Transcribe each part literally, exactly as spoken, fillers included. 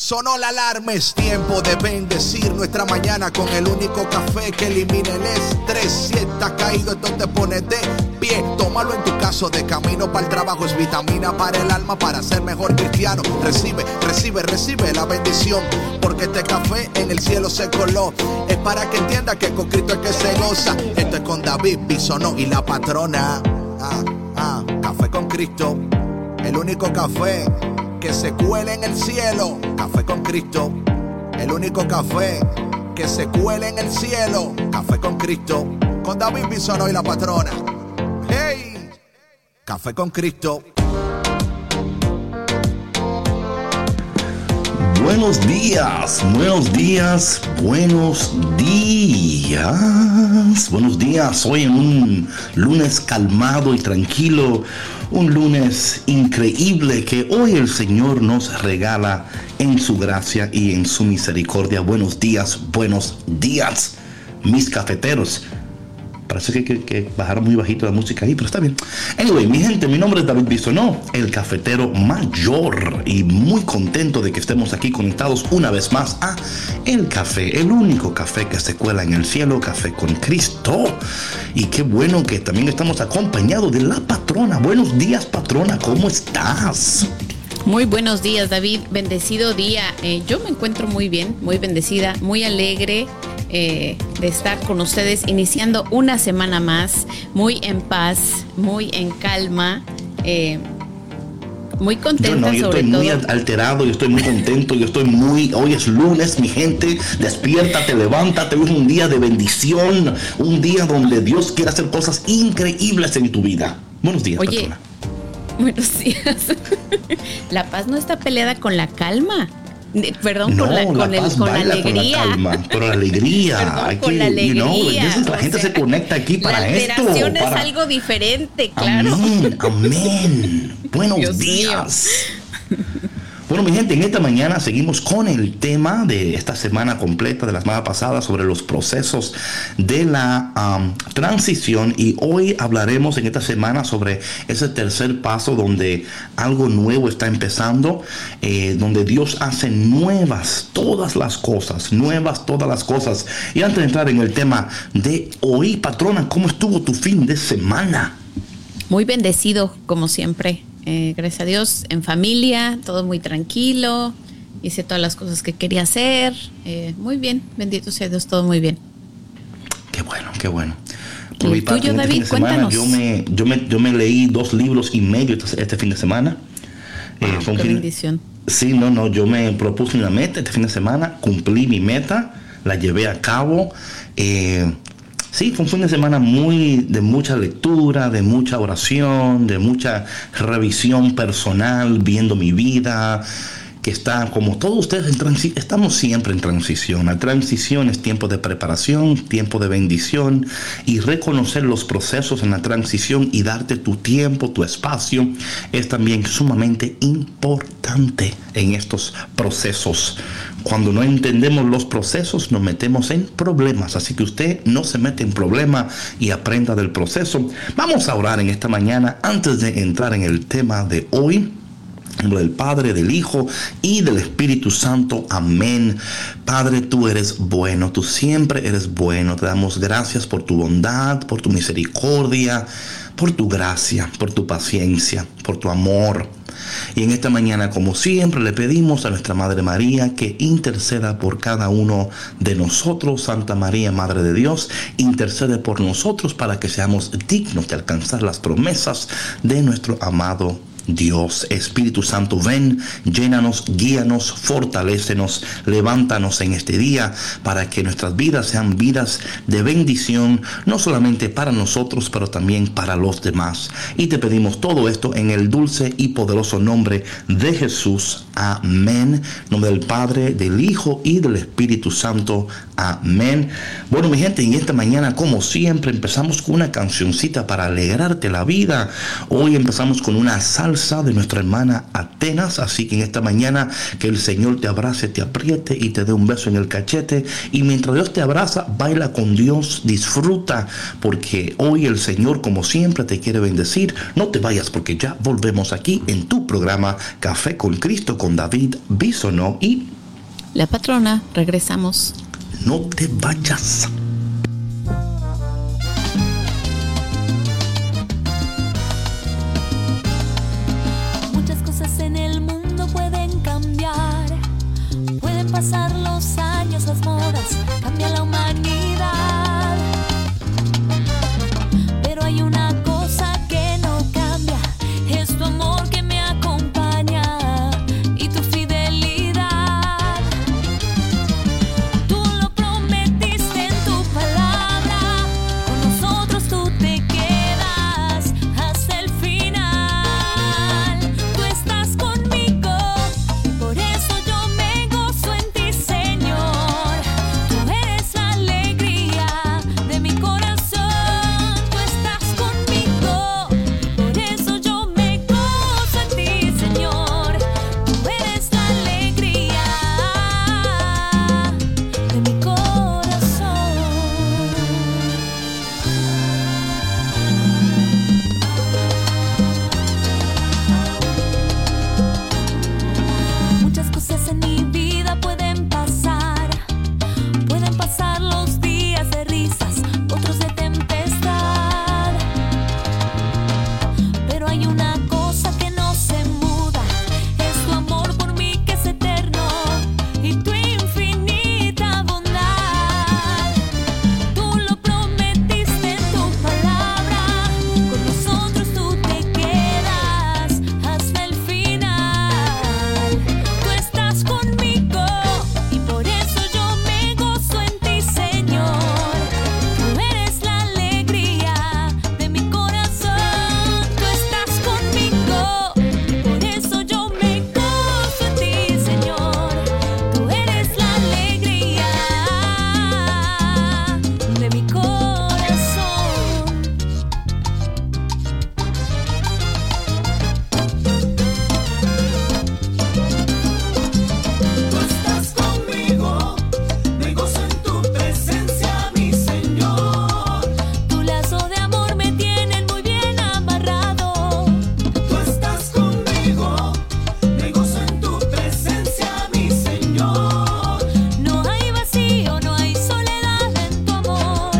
Sonó la alarma, es tiempo de bendecir nuestra mañana con el único café que elimina el estrés. Si estás caído, entonces te pones de pie. Tómalo en tu caso de camino para el trabajo. Es vitamina para el alma, para ser mejor cristiano. Recibe, recibe, recibe la bendición, porque este café en el cielo se coló. Es para que entienda que con Cristo es que se goza. Esto es con David Bisonó y la patrona. Ah, ah, café con Cristo, el único café que se cuele en el cielo. Café con Cristo, el único café que se cuele en el cielo. Café con Cristo, con David Bisonó y la patrona. ¡Hey! Café con Cristo. Buenos días, buenos días, buenos días. Buenos días, hoy en un lunes calmado y tranquilo. Un lunes increíble que hoy el Señor nos regala en su gracia y en su misericordia. Buenos días, buenos días, mis cafeteros. Parece que, que, que bajaron muy bajito la música ahí, pero está bien. Anyway, mi gente, mi nombre es David Bisonó, el cafetero mayor, y muy contento de que estemos aquí conectados una vez más a El Café, el único café que se cuela en el cielo, Café con Cristo. Y qué bueno que también estamos acompañados de la patrona. Buenos días, patrona, ¿cómo estás? Muy buenos días, David. Bendecido día. Eh, yo me encuentro muy bien, muy bendecida, muy alegre eh, de estar con ustedes, iniciando una semana más, muy en paz, muy en calma, eh, muy contenta. Yo no, yo sobre estoy todo muy alterado, yo estoy muy contento, yo estoy muy... Hoy es lunes, mi gente, despiértate, levántate, hoy es un día de bendición, un día donde Dios quiere hacer cosas increíbles en tu vida. Buenos días, Oye, patrona. Buenos días. La paz no está peleada con la calma. Perdón, no, con la, con la, el, paz con la Con alegría. la calma, pero la alegría. Perdón, hay con que, la alegría. You know, la gente sea, se conecta aquí para la esto. La alteración es para... algo diferente, claro. Amén, amén. Buenos Dios días. Mío. Bueno, mi gente, en esta mañana seguimos con el tema de esta semana completa, de la semana pasada, sobre los procesos de la um, transición, y hoy hablaremos en esta semana sobre ese tercer paso donde algo nuevo está empezando, eh, donde Dios hace nuevas todas las cosas, nuevas todas las cosas. Y antes de entrar en el tema de hoy, patrona, ¿cómo estuvo tu fin de semana? Muy bendecido, como siempre. Eh, gracias a Dios, en familia, todo muy tranquilo, hice todas las cosas que quería hacer, eh, muy bien, bendito sea Dios, todo muy bien. Qué bueno, qué bueno. Por mi parte, tuyo, David, este semana, cuéntanos. Yo me, yo, me, yo me leí dos libros y medio este, este fin de semana. Wow, eh, qué fin, bendición. Sí, no, no, yo me propuse una meta este fin de semana, cumplí mi meta, la llevé a cabo. Eh, Sí, fue un fin de semana muy de mucha lectura, de mucha oración, de mucha revisión personal, viendo mi vida, que está, como todos ustedes, en transi- estamos siempre en transición. La transición es tiempo de preparación, tiempo de bendición, y reconocer los procesos en la transición y darte tu tiempo, tu espacio, es también sumamente importante en estos procesos. Cuando no entendemos los procesos, nos metemos en problemas. Así que usted no se mete en problemas y aprenda del proceso. Vamos a orar en esta mañana antes de entrar en el tema de hoy. En nombre del Padre, del Hijo y del Espíritu Santo. Amén. Padre, tú eres bueno, tú siempre eres bueno. Te damos gracias por tu bondad, por tu misericordia, por tu gracia, por tu paciencia, por tu amor. Y en esta mañana, como siempre, le pedimos a nuestra Madre María que interceda por cada uno de nosotros. Santa María, Madre de Dios, intercede por nosotros para que seamos dignos de alcanzar las promesas de nuestro amado Dios. Espíritu Santo, ven, llénanos, guíanos, fortalécenos, levántanos en este día para que nuestras vidas sean vidas de bendición, no solamente para nosotros, pero también para los demás. Y te pedimos todo esto en el dulce y poderoso nombre de Jesús. Amén. En nombre del Padre, del Hijo y del Espíritu Santo. Amén. Bueno, mi gente, en esta mañana, como siempre, empezamos con una cancioncita para alegrarte la vida. Hoy empezamos con una salsa de nuestra hermana Atenas, así que en esta mañana que el Señor te abrace, te apriete y te dé un beso en el cachete, y mientras Dios te abraza, baila con Dios, disfruta, porque hoy el Señor, como siempre, te quiere bendecir. No te vayas, porque ya volvemos aquí en tu programa Café con Cristo con David Bisonó y La Patrona. Regresamos. No te vayas. Muchas cosas en el mundo pueden cambiar, pueden pasar los años, las modas, cambia la humanidad, pero hay una cosa que no cambia, es tu amor que me acompaña y tu fidelidad. Tú lo prometiste en tu palabra, con nosotros tú te quedas hasta el final. Tú estás conmigo, por eso yo me gozo en ti, Señor. Tú eres la alegría de mi corazón. Tú estás conmigo, por eso yo me gozo en ti, Señor. Tú eres la alegría de mi corazón. Muchas cosas en mi vida pueden pasar, pueden pasar los días de risas, otros de tempestad, pero hay una cosa que no se muda, es tu amor por mí que es eterno y tu infinita bondad. Tú lo prometiste en tu palabra, con nosotros tú te quedas hasta el final. Tú estás conmigo y por eso yo me gozo en ti, Señor. Tú eres la alegría de mi corazón. Tú estás conmigo y por eso yo me gozo en ti, Señor. Tú eres la alegría de mi corazón. Tú estás conmigo, me gozo en tu presencia, mi Señor. Tu lazo de amor me tiene muy bien amarrado. Tú estás conmigo, me gozo en tu presencia, mi Señor. No hay vacío, no hay soledad en tu amor.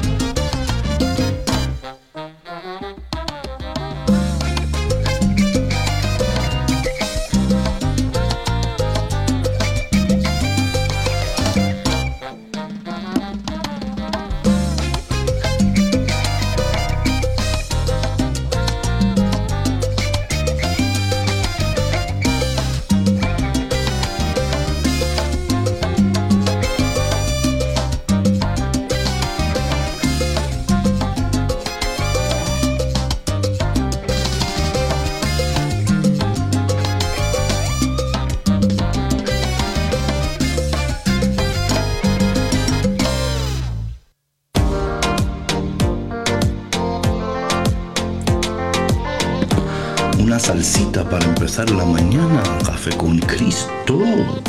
Una salsita para empezar la mañana. Café con Cristo.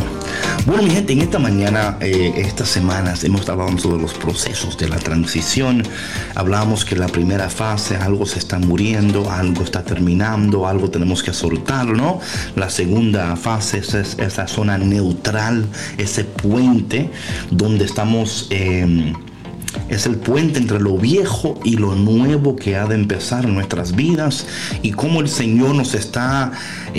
Bueno, mi gente, en esta mañana, eh, estas semanas, hemos estado hablando sobre los procesos de la transición. Hablamos que la primera fase, algo se está muriendo, algo está terminando, algo tenemos que soltar, ¿no? La segunda fase es, es esa zona neutral, ese puente donde estamos... Eh, Es el puente entre lo viejo y lo nuevo que ha de empezar en nuestras vidas, y cómo el Señor nos está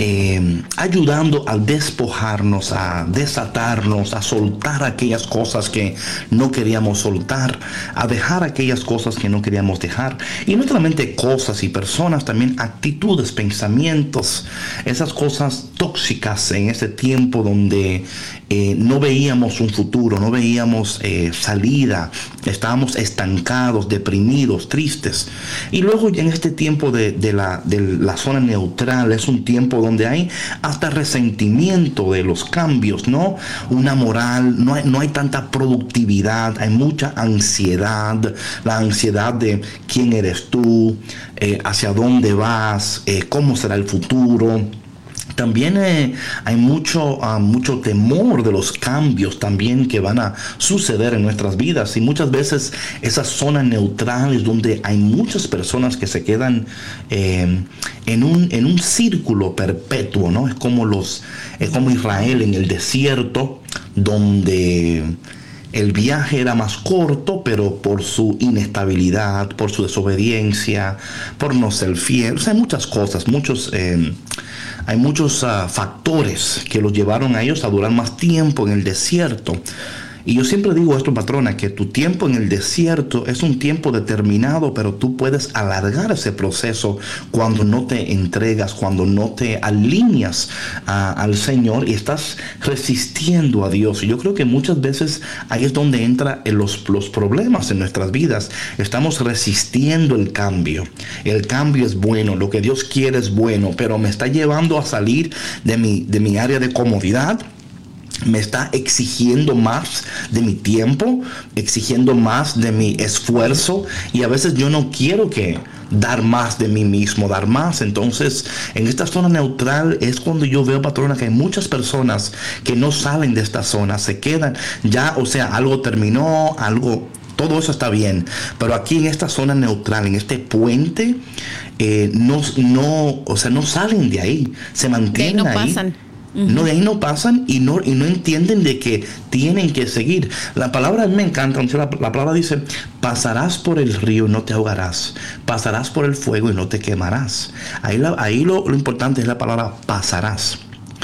eh, ayudando a despojarnos, a desatarnos, a soltar aquellas cosas que no queríamos soltar, a dejar aquellas cosas que no queríamos dejar. Y no solamente cosas y personas, también actitudes, pensamientos, esas cosas tóxicas en ese tiempo donde eh, no veíamos un futuro, no veíamos eh, salida, estábamos estancados, deprimidos, tristes. Y luego en este tiempo de, de, la, de la zona neutral es un tiempo donde hay hasta resentimiento de los cambios, ¿no? Una moral, no hay, no hay tanta productividad, hay mucha ansiedad, la ansiedad de quién eres tú, eh, hacia dónde vas, eh, cómo será el futuro. También eh, hay mucho, uh, mucho temor de los cambios también que van a suceder en nuestras vidas, y muchas veces esa zona neutral es donde hay muchas personas que se quedan eh, en, un, en un círculo perpetuo, ¿no? Es como, los, es como Israel en el desierto, donde el viaje era más corto, pero por su inestabilidad, por su desobediencia, por no ser fiel. O sea, hay muchas cosas, muchos, eh, hay muchos uh, factores que los llevaron a ellos a durar más tiempo en el desierto. Y yo siempre digo esto, patrona, que tu tiempo en el desierto es un tiempo determinado, pero tú puedes alargar ese proceso cuando no te entregas, cuando no te alineas a, al Señor y estás resistiendo a Dios. Y yo creo que muchas veces ahí es donde entran los, los problemas en nuestras vidas. Estamos resistiendo el cambio. El cambio es bueno, lo que Dios quiere es bueno, pero me está llevando a salir de mi, de mi área de comodidad. Me está exigiendo más de mi tiempo, exigiendo más de mi esfuerzo, y a veces yo no quiero que dar más de mí mismo, dar más. Entonces, en esta zona neutral es cuando yo veo, patrona, que hay muchas personas que no salen de esta zona, se quedan ya, o sea, algo terminó, algo, todo eso está bien, pero aquí en esta zona neutral, en este puente, eh, no, no, o sea, no salen de ahí, se mantienen de ahí. No ahí. pasan. Uh-huh. No, de ahí no pasan y no, y no entienden de que tienen que seguir. La palabra me encanta, la, la palabra dice, pasarás por el río y no te ahogarás, pasarás por el fuego y no te quemarás. Ahí, la, ahí lo, lo importante es la palabra pasarás.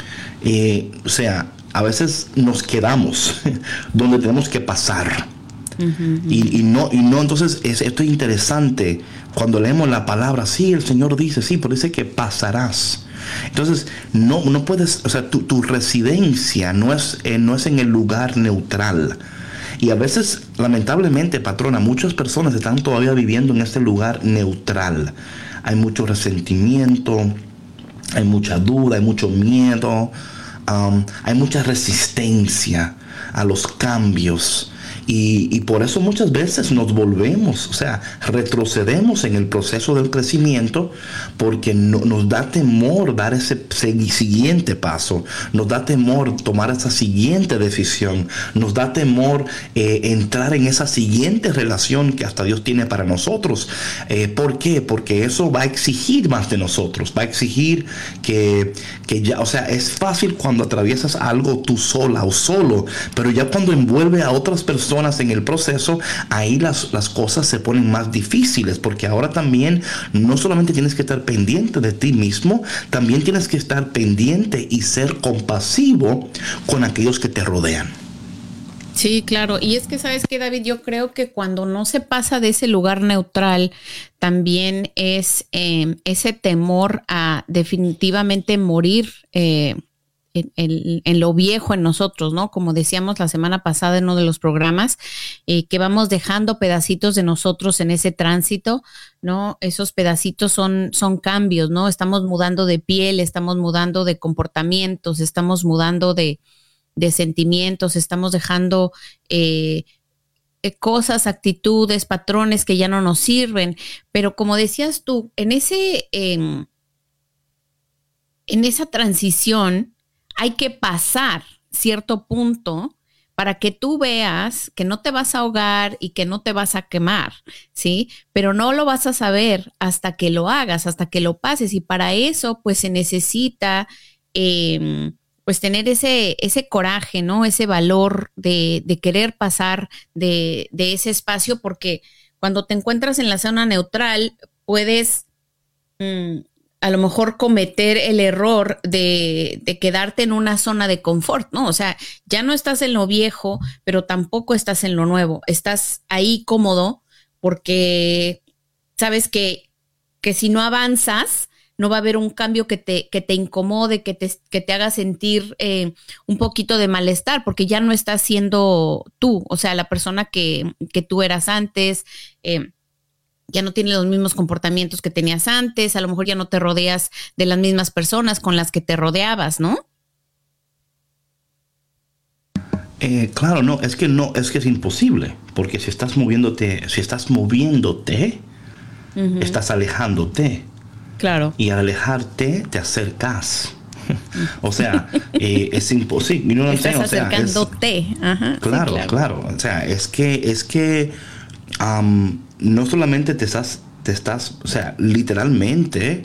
Eh, o sea, a veces nos quedamos donde tenemos que pasar. Uh-huh. Y, y no, y no, entonces es, esto es interesante. Cuando leemos la palabra, sí, el Señor dice, sí, pero dice que pasarás. Entonces, no, no puedes, o sea, tu, tu residencia no es, eh, no es en el lugar neutral. Y a veces, lamentablemente, patrona, muchas personas están todavía viviendo en este lugar neutral. Hay mucho resentimiento, hay mucha duda, hay mucho miedo, um, hay mucha resistencia a los cambios. Y, y por eso muchas veces nos volvemos, o sea, retrocedemos en el proceso del crecimiento porque no, nos da temor dar ese siguiente paso, nos da temor tomar esa siguiente decisión, nos da temor eh, entrar en esa siguiente relación que hasta Dios tiene para nosotros. Eh, ¿Por qué? Porque eso va a exigir más de nosotros, va a exigir que, que ya, o sea, es fácil cuando atraviesas algo tú sola o solo, pero ya cuando envuelve a otras personas en el proceso, ahí las, las cosas se ponen más difíciles, porque ahora también no solamente tienes que estar pendiente de ti mismo, también tienes que estar pendiente y ser compasivo con aquellos que te rodean. Sí, claro. Y es que, ¿sabes qué, David? Yo creo que cuando no se pasa de ese lugar neutral, también es eh, ese temor a definitivamente morir eh, En, en, en lo viejo en nosotros, ¿no? Como decíamos la semana pasada en uno de los programas, eh, que vamos dejando pedacitos de nosotros en ese tránsito, ¿no? Esos pedacitos son, son cambios, ¿no? Estamos mudando de piel, estamos mudando de comportamientos, estamos mudando de, de sentimientos, estamos dejando eh, eh, cosas, actitudes, patrones que ya no nos sirven. Pero como decías tú, en ese, eh, en esa transición, hay que pasar cierto punto para que tú veas que no te vas a ahogar y que no te vas a quemar, ¿sí? Pero no lo vas a saber hasta que lo hagas, hasta que lo pases. Y para eso, pues, se necesita, eh, pues, tener ese, ese coraje, ¿no? Ese valor de, de querer pasar de, de ese espacio, porque cuando te encuentras en la zona neutral, puedes... Mmm, a lo mejor cometer el error de, de quedarte en una zona de confort, ¿no? O sea, ya no estás en lo viejo, pero tampoco estás en lo nuevo. Estás ahí cómodo porque sabes que, que si no avanzas, no va a haber un cambio que te, que te incomode, que te, que te haga sentir eh, un poquito de malestar, porque ya no estás siendo tú, o sea, la persona que, que tú eras antes, eh, ya no tienes los mismos comportamientos que tenías antes, a lo mejor ya no te rodeas de las mismas personas con las que te rodeabas, ¿no? Eh, claro, no, es que no, es que es imposible, porque si estás moviéndote, si estás moviéndote, uh-huh. estás alejándote. Claro. Y al alejarte te acercas. O sea, eh, es imposible. You know estás o sea, acercándote. Es, Ajá, claro, sí, claro, claro. O sea, es que, es que um, no solamente te estás, te estás, o sea, literalmente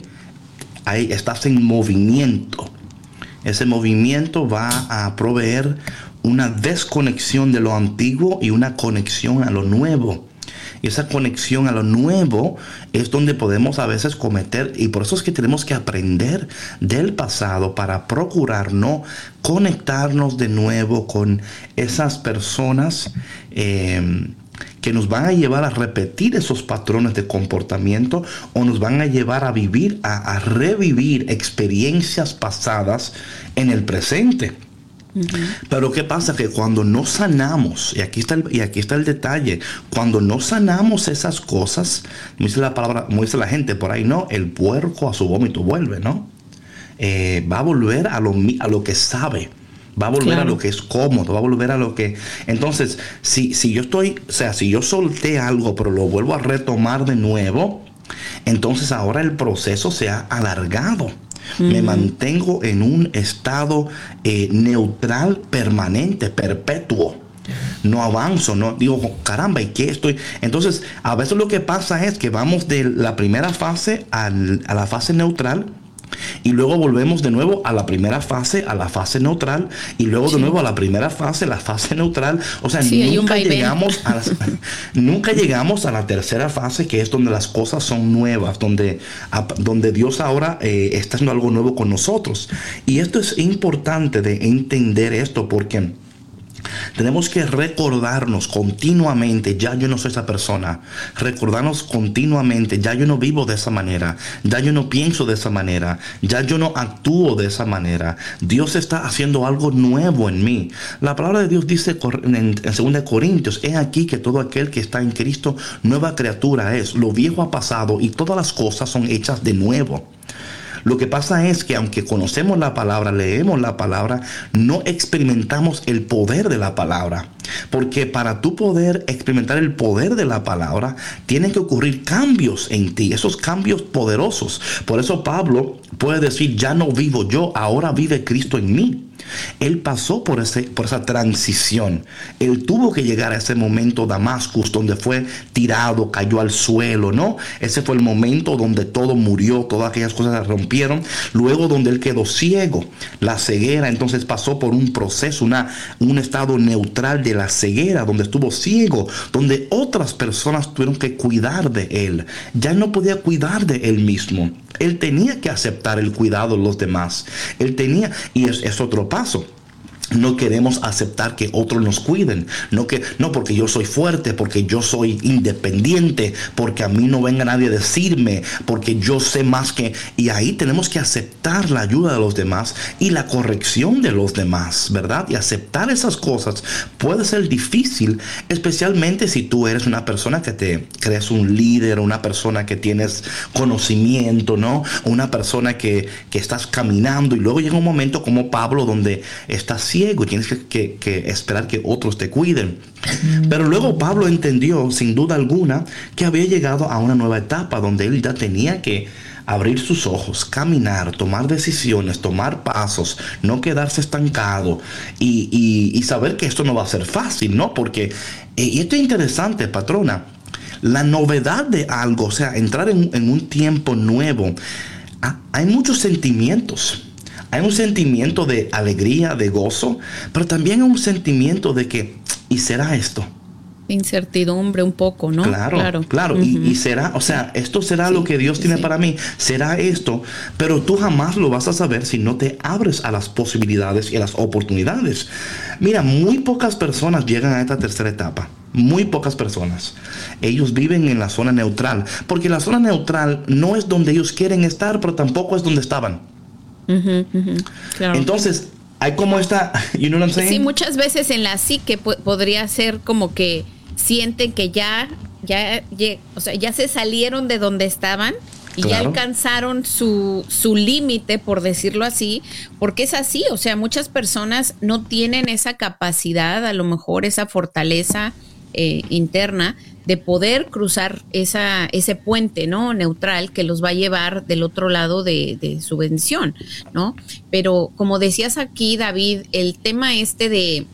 ahí estás en movimiento. Ese movimiento va a proveer una desconexión de lo antiguo y una conexión a lo nuevo. Y esa conexión a lo nuevo es donde podemos a veces cometer, y por eso es que tenemos que aprender del pasado para procurar no conectarnos de nuevo con esas personas eh, que nos van a llevar a repetir esos patrones de comportamiento o nos van a llevar a vivir, a, a revivir experiencias pasadas en el presente. Uh-huh. Pero ¿qué pasa? Que cuando no sanamos, y aquí está el, y aquí está el detalle, cuando no sanamos esas cosas, como dice la palabra, como dice la gente por ahí, no, el puerco a su vómito vuelve, ¿no? Eh, va a volver a lo, a lo que sabe, va a volver claro. a lo que es cómodo, va a volver a lo que... Entonces, si, si yo estoy, o sea, si yo solté algo, pero lo vuelvo a retomar de nuevo, entonces ahora el proceso se ha alargado. Mm. Me mantengo en un estado eh, neutral, permanente, perpetuo. No avanzo, no digo, caramba, ¿y qué estoy? Entonces, a veces lo que pasa es que vamos de la primera fase al, a la fase neutral. Y luego volvemos de nuevo a la primera fase, a la fase neutral, y luego sí. de nuevo a la primera fase, la fase neutral. O sea, sí, nunca llegamos a las, nunca llegamos a la tercera fase, que es donde las cosas son nuevas, donde, a, donde Dios ahora eh, está haciendo algo nuevo con nosotros. Y esto es importante de entender esto, porque tenemos que recordarnos continuamente, ya yo no soy esa persona. Recordarnos continuamente, ya yo no vivo de esa manera, ya yo no pienso de esa manera, ya yo no actúo de esa manera. Dios está haciendo algo nuevo en mí. La palabra de Dios dice en, en segunda de Corintios, he aquí que todo aquel que está en Cristo, nueva criatura es. Lo viejo ha pasado y todas las cosas son hechas de nuevo. Lo que pasa es que aunque conocemos la palabra, leemos la palabra, no experimentamos el poder de la palabra. Porque para tú poder experimentar el poder de la palabra, tienen que ocurrir cambios en ti, esos cambios poderosos. Por eso Pablo puede decir, ya no vivo yo, ahora vive Cristo en mí. Él pasó por, ese, por esa transición. Él tuvo que llegar a ese momento Damascus, donde fue tirado, cayó al suelo, ¿no? Ese fue el momento donde todo murió, todas aquellas cosas se rompieron. Luego donde él quedó ciego, la ceguera, entonces pasó por un proceso, una, un estado neutral de la ceguera, donde estuvo ciego, donde otras personas tuvieron que cuidar de él. Ya no podía cuidar de él mismo. Él tenía que aceptar el cuidado de los demás. Él tenía, y es, es otro paso. No queremos aceptar que otros nos cuiden. No, que, no porque yo soy fuerte, porque yo soy independiente, porque a mí no venga nadie a decirme, porque yo sé más que... Y ahí tenemos que aceptar la ayuda de los demás y la corrección de los demás, ¿verdad? Y aceptar esas cosas puede ser difícil, especialmente si tú eres una persona que te crees un líder, una persona que tienes conocimiento, ¿no? Una persona que, que estás caminando y luego llega un momento como Pablo donde estás ciego y tienes que, que, que esperar que otros te cuiden. Pero luego Pablo entendió sin duda alguna que había llegado a una nueva etapa donde él ya tenía que abrir sus ojos, caminar, tomar decisiones, tomar pasos, no quedarse estancado y, y, y saber que esto no va a ser fácil, ¿no? Porque, y esto es interesante, patrona, la novedad de algo, o sea, entrar en, en un tiempo nuevo, ah, hay muchos sentimientos. Hay un sentimiento de alegría, de gozo, pero también hay un sentimiento de que, ¿y será esto? Incertidumbre un poco, ¿no? Claro, claro. claro. Uh-huh. y, y será, o sea, esto será sí, lo que Dios tiene sí. para mí. Será esto, pero tú jamás lo vas a saber si no te abres a las posibilidades y a las oportunidades. Mira, muy pocas personas llegan a esta tercera etapa. Muy pocas personas. Ellos viven en la zona neutral, porque la zona neutral no es donde ellos quieren estar, pero tampoco es donde estaban. Uh-huh, uh-huh, claro. Entonces hay como esta, you know what I'm saying? Sí, muchas veces en la psique po- podría ser como que sienten que ya, ya, ya, o sea, ya se salieron de donde estaban y claro. ya alcanzaron su, su límite, por decirlo así, porque es así, o sea, muchas personas no tienen esa capacidad, a lo mejor esa fortaleza eh, interna de poder cruzar esa, ese puente, ¿no? Neutral que los va a llevar del otro lado de, de su bendición, ¿no? Pero como decías aquí, David, el tema este de,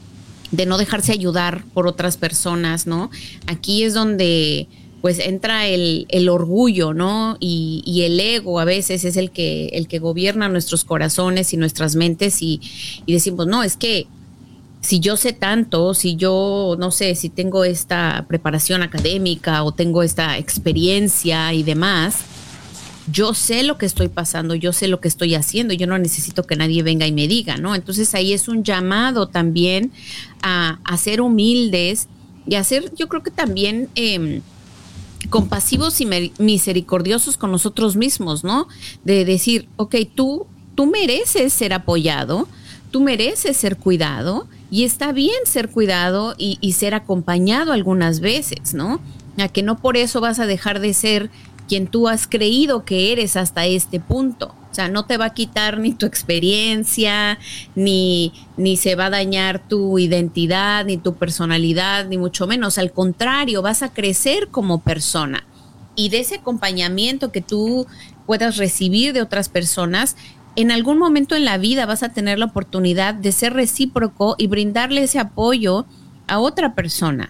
de no dejarse ayudar por otras personas, ¿no? Aquí es donde pues entra el, el orgullo, ¿no? Y, y el ego a veces es el que, el que gobierna nuestros corazones y nuestras mentes y, y decimos, no, es que si yo sé tanto, si yo, no sé, si tengo esta preparación académica o tengo esta experiencia y demás, yo sé lo que estoy pasando, yo sé lo que estoy haciendo, yo no necesito que nadie venga y me diga, ¿no? Entonces ahí es un llamado también a, a ser humildes y a ser, yo creo que también eh, compasivos y mer- misericordiosos con nosotros mismos, ¿no? De decir, ok, tú, tú mereces ser apoyado, tú mereces ser cuidado y está bien ser cuidado y, y ser acompañado algunas veces, ¿no? A que no por eso vas a dejar de ser quien tú has creído que eres hasta este punto. O sea, no te va a quitar ni tu experiencia, ni, ni se va a dañar tu identidad, ni tu personalidad, ni mucho menos. Al contrario, vas a crecer como persona. Y de ese acompañamiento que tú puedas recibir de otras personas, en algún momento en la vida vas a tener la oportunidad de ser recíproco y brindarle ese apoyo a otra persona.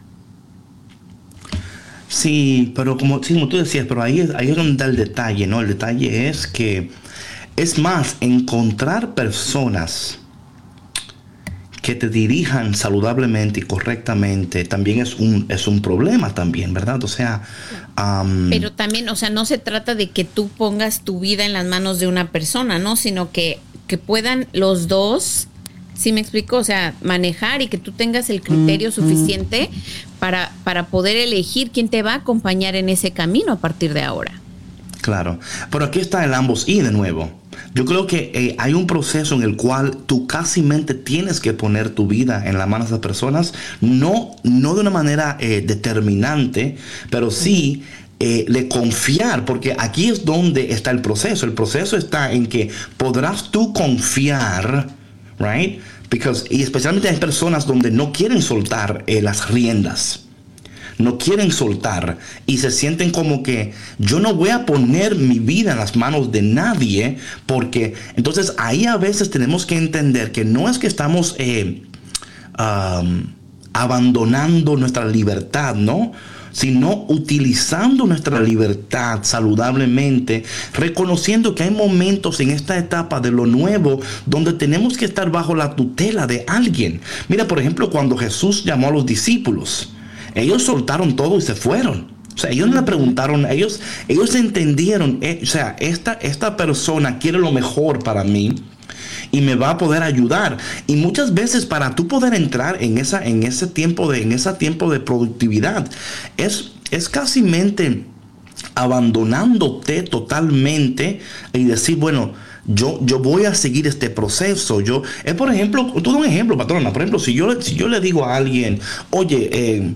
Sí, pero como, sí, como tú decías, pero ahí es, ahí es donde está el detalle, ¿no? El detalle es que, es más, encontrar personas que te dirijan saludablemente y correctamente también es un, es un problema también, ¿verdad? O sea... Um, pero también, o sea, no se trata de que tú pongas tu vida en las manos de una persona, ¿no? Sino que, que puedan los dos... ¿Sí me explico? O sea, manejar y que tú tengas el criterio suficiente para, para poder elegir quién te va a acompañar en ese camino a partir de ahora. Claro, pero aquí está el ambos y de nuevo. Yo creo que eh, hay un proceso en el cual tú casi mente tienes que poner tu vida en las manos de personas, no, no de una manera eh, determinante, pero sí eh, de confiar, porque aquí es donde está el proceso. El proceso está en que podrás tú confiar, right? Because, y especialmente hay personas donde no quieren soltar eh, las riendas. No quieren soltar y se sienten como que yo no voy a poner mi vida en las manos de nadie, porque entonces ahí a veces tenemos que entender que no es que estamos eh, um, abandonando nuestra libertad, ¿no? Sino utilizando nuestra libertad saludablemente, reconociendo que hay momentos en esta etapa de lo nuevo donde tenemos que estar bajo la tutela de alguien. Mira, por ejemplo, cuando Jesús llamó a los discípulos, ellos soltaron todo y se fueron. O sea, ellos no le preguntaron, ellos, ellos entendieron, eh, o sea, esta, esta persona quiere lo mejor para mí y me va a poder ayudar. Y muchas veces para tú poder entrar en esa, en ese tiempo de, en ese tiempo de productividad, es, es casi mente abandonándote totalmente y decir, bueno, Yo, yo voy a seguir este proceso. Yo, es por ejemplo, todo un ejemplo, patrona. Por ejemplo, si yo, si yo le digo a alguien, oye, eh,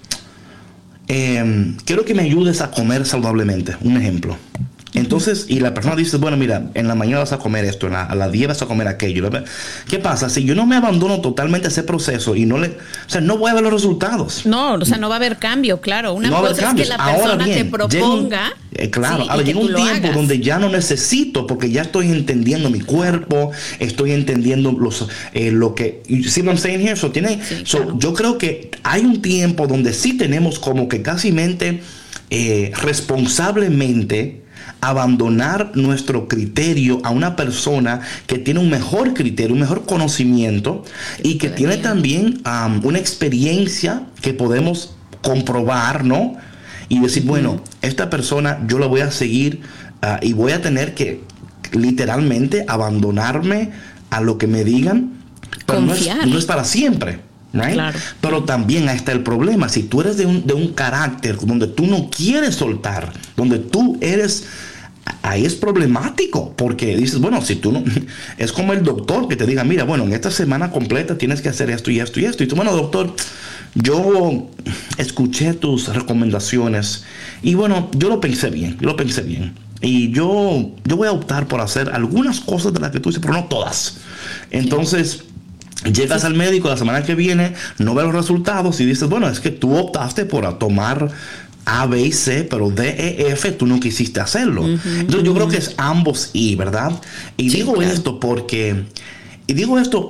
eh, quiero que me ayudes a comer saludablemente, un ejemplo. Entonces, y la persona dice, bueno, mira, en la mañana vas a comer esto, en la, a las diez vas a comer aquello. ¿Qué pasa? Si yo no me abandono totalmente a ese proceso y no le, o sea, no voy a ver los resultados. No, o sea, no va a haber cambio, claro. Una no cosa es que la persona bien, te proponga. Llega, eh, claro, sí, ahora llega un tiempo hagas. donde ya no necesito, porque ya estoy entendiendo mi cuerpo, estoy entendiendo los, eh, lo que, you see what I'm saying here? So, tiene, sí, so, claro. Yo creo que hay un tiempo donde sí tenemos como que casi mente eh, responsablemente abandonar nuestro criterio a una persona que tiene un mejor criterio, un mejor conocimiento y que tiene también um, una experiencia que podemos comprobar, ¿no? Y decir, uh-huh. bueno, esta persona yo la voy a seguir uh, y voy a tener que literalmente abandonarme a lo que me digan, pero no es, no es para siempre. Right? Claro. Pero también ahí está el problema. Si tú eres de un, de un carácter donde tú no quieres soltar, donde tú eres, ahí es problemático, porque dices, bueno, si tú no, es como el doctor que te diga, mira, bueno, en esta semana completa tienes que hacer esto y esto y esto. Y tú, bueno, doctor, yo escuché tus recomendaciones y bueno, yo lo pensé bien, yo lo pensé bien. Y yo, yo voy a optar por hacer algunas cosas de las que tú dices, pero no todas. Entonces... llegas sí. al médico la semana que viene, no ves los resultados y dices, bueno, es que tú optaste por tomar A, B y C, pero D, E, F tú no quisiste hacerlo. Uh-huh, Entonces uh-huh. yo creo que es ambos y, ¿verdad? Y sí, digo claro. esto porque, y digo esto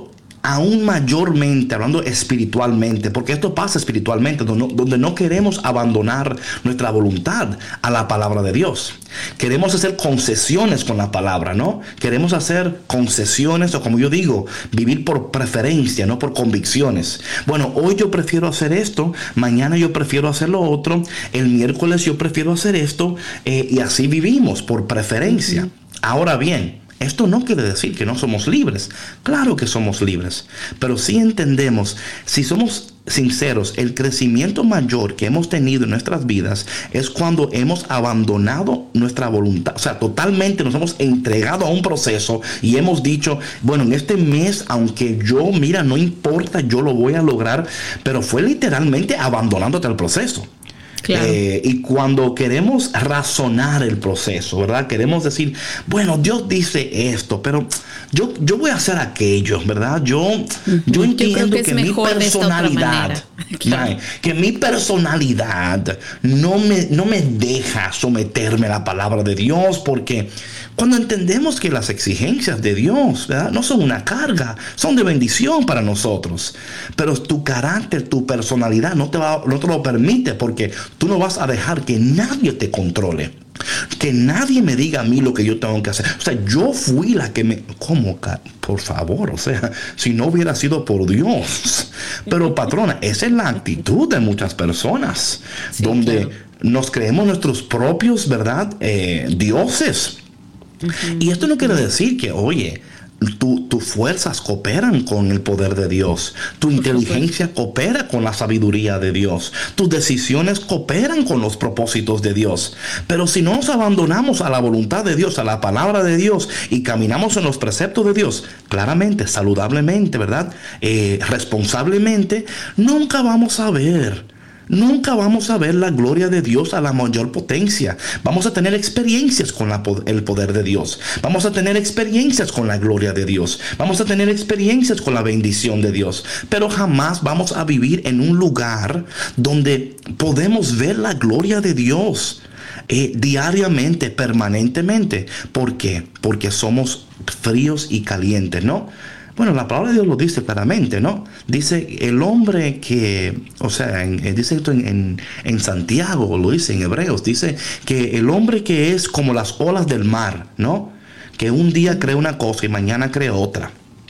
aún mayormente, hablando espiritualmente, porque esto pasa espiritualmente, donde no, donde no queremos abandonar nuestra voluntad a la palabra de Dios. Queremos hacer concesiones con la palabra, ¿no? Queremos hacer concesiones, o como yo digo, vivir por preferencia, no por convicciones. Bueno, hoy yo prefiero hacer esto, mañana yo prefiero hacer lo otro, el miércoles yo prefiero hacer esto, eh, y así vivimos por preferencia. Uh-huh. Ahora bien, esto no quiere decir que no somos libres. Claro que somos libres, pero sí entendemos, si somos sinceros, el crecimiento mayor que hemos tenido en nuestras vidas es cuando hemos abandonado nuestra voluntad, o sea, totalmente nos hemos entregado a un proceso y hemos dicho, bueno, en este mes, aunque yo, mira, no importa, yo lo voy a lograr, pero fue literalmente abandonándote al proceso. Claro. Eh, y cuando queremos razonar el proceso, ¿verdad? Queremos decir, bueno, Dios dice esto, pero yo, yo voy a hacer aquello, ¿verdad? Yo, uh-huh. yo entiendo yo que, que mi personalidad, claro. que mi personalidad no me, no me deja someterme a la palabra de Dios, porque cuando entendemos que las exigencias de Dios, ¿verdad?, no son una carga, son de bendición para nosotros. Pero tu carácter, tu personalidad no te, va, no te lo permite, porque tú no vas a dejar que nadie te controle. Que nadie me diga a mí lo que yo tengo que hacer. O sea, yo fui la que me... ¿Cómo? Por favor, o sea, si no hubiera sido por Dios. Pero patrona, esa es la actitud de muchas personas. Sí, donde claro. nos creemos nuestros propios, ¿verdad?, eh, dioses. Uh-huh. Y esto no quiere decir que, oye, tu, tus fuerzas cooperan con el poder de Dios, tu inteligencia coopera con la sabiduría de Dios, tus decisiones cooperan con los propósitos de Dios. Pero si no nos abandonamos a la voluntad de Dios, a la palabra de Dios, y caminamos en los preceptos de Dios, claramente, saludablemente, ¿verdad?, eh, responsablemente, nunca vamos a ver Nunca vamos a ver la gloria de Dios a la mayor potencia. Vamos a tener experiencias con la, el poder de Dios. Vamos a tener experiencias con la gloria de Dios. Vamos a tener experiencias con la bendición de Dios. Pero jamás vamos a vivir en un lugar donde podemos ver la gloria de Dios eh, diariamente, permanentemente. ¿Por qué? Porque somos fríos y calientes, ¿no? Bueno, la palabra de Dios lo dice claramente, ¿no? Dice el hombre que, o sea, en, dice esto en, en, en Santiago, lo dice en Hebreos, dice que el hombre que es como las olas del mar, ¿no? Que un día cree una cosa y mañana cree otra.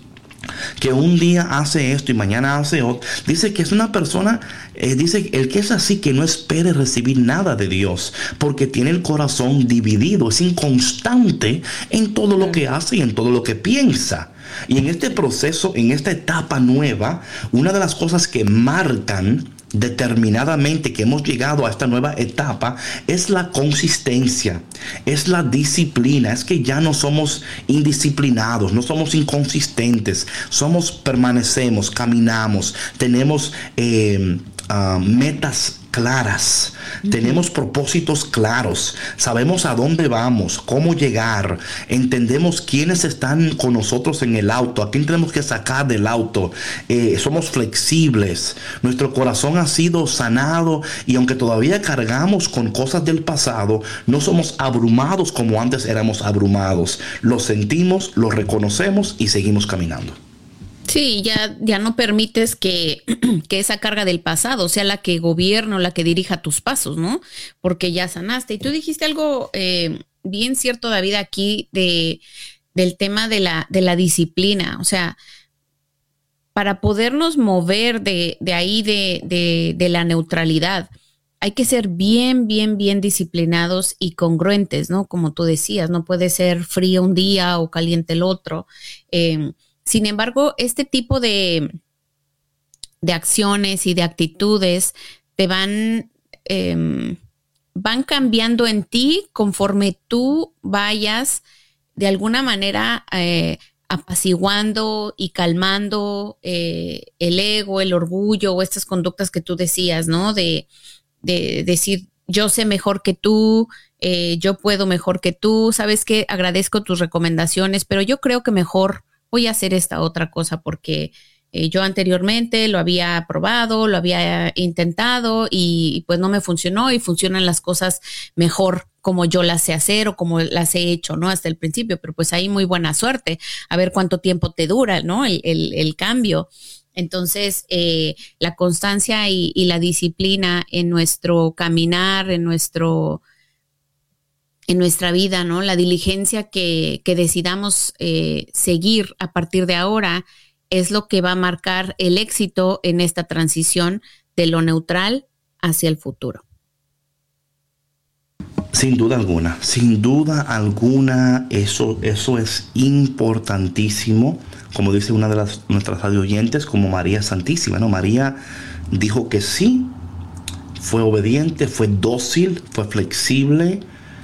Que un día hace esto y mañana hace otro. Dice que es una persona, eh, dice el que es así, que no espere recibir nada de Dios, porque tiene el corazón dividido, es inconstante en todo lo que hace y en todo lo que piensa. Y en este proceso, en esta etapa nueva, una de las cosas que marcan determinadamente que hemos llegado a esta nueva etapa es la consistencia, es la disciplina. Es que ya no somos indisciplinados, no somos inconsistentes, somos, permanecemos, caminamos, tenemos eh, uh, metas claras, uh-huh. tenemos propósitos claros, sabemos a dónde vamos, cómo llegar, entendemos quiénes están con nosotros en el auto, a quién tenemos que sacar del auto, eh, somos flexibles, nuestro corazón ha sido sanado, y aunque todavía cargamos con cosas del pasado, no somos abrumados como antes éramos abrumados. Lo sentimos, lo reconocemos y seguimos caminando. Sí, ya, ya no permites que, que esa carga del pasado sea la que gobierne o la que dirija tus pasos, ¿no? Porque ya sanaste. Y tú dijiste algo eh, bien cierto, David, aquí de, del tema de la, de la disciplina. O sea, para podernos mover de, de ahí, de, de, de la neutralidad, hay que ser bien, bien, bien disciplinados y congruentes, ¿no? Como tú decías, no puede ser frío un día o caliente el otro. Eh, Sin embargo, este tipo de, de acciones y de actitudes te van, eh, van cambiando en ti conforme tú vayas de alguna manera eh, apaciguando y calmando eh, el ego, el orgullo o estas conductas que tú decías, ¿no? De, de decir, yo sé mejor que tú, eh, yo puedo mejor que tú, ¿sabes qué? Agradezco tus recomendaciones, pero yo creo que mejor voy a hacer esta otra cosa porque Eh, yo anteriormente lo había probado, lo había intentado y, y pues no me funcionó y funcionan las cosas mejor como yo las sé hacer o como las he hecho, ¿no? Hasta el principio, pero pues ahí muy buena suerte, a ver cuánto tiempo te dura, ¿no? El, el, el cambio. Entonces, eh, la constancia y, y la disciplina en nuestro caminar, en nuestro, en nuestra vida, ¿no? La diligencia que, que decidamos eh, seguir a partir de ahora es lo que va a marcar el éxito en esta transición de lo neutral hacia el futuro. Sin duda alguna, sin duda alguna, eso, eso es importantísimo. Como dice una de las, nuestras radio oyentes, como María Santísima, ¿no? María dijo que sí, fue obediente, fue dócil, fue flexible.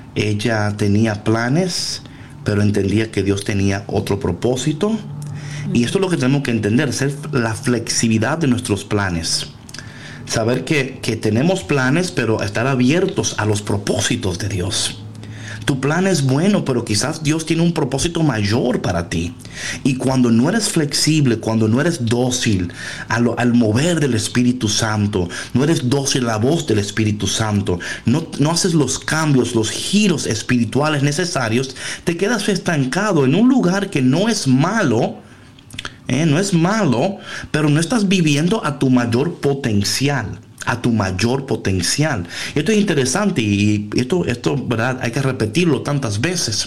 Ella tenía planes, pero entendía que Dios tenía otro propósito. Y esto es lo que tenemos que entender, ser la flexibilidad de nuestros planes. Saber que, que tenemos planes, pero estar abiertos a los propósitos de Dios. Tu plan es bueno, pero quizás Dios tiene un propósito mayor para ti. Y cuando no eres flexible, cuando no eres dócil al, al mover del Espíritu Santo, no eres dócil a la voz del Espíritu Santo, no, no haces los cambios, los giros espirituales necesarios, te quedas estancado en un lugar que no es malo. Eh, no es malo, pero no estás viviendo a tu mayor potencial, a tu mayor potencial. Esto es interesante y esto, esto, ¿verdad? Hay que repetirlo tantas veces.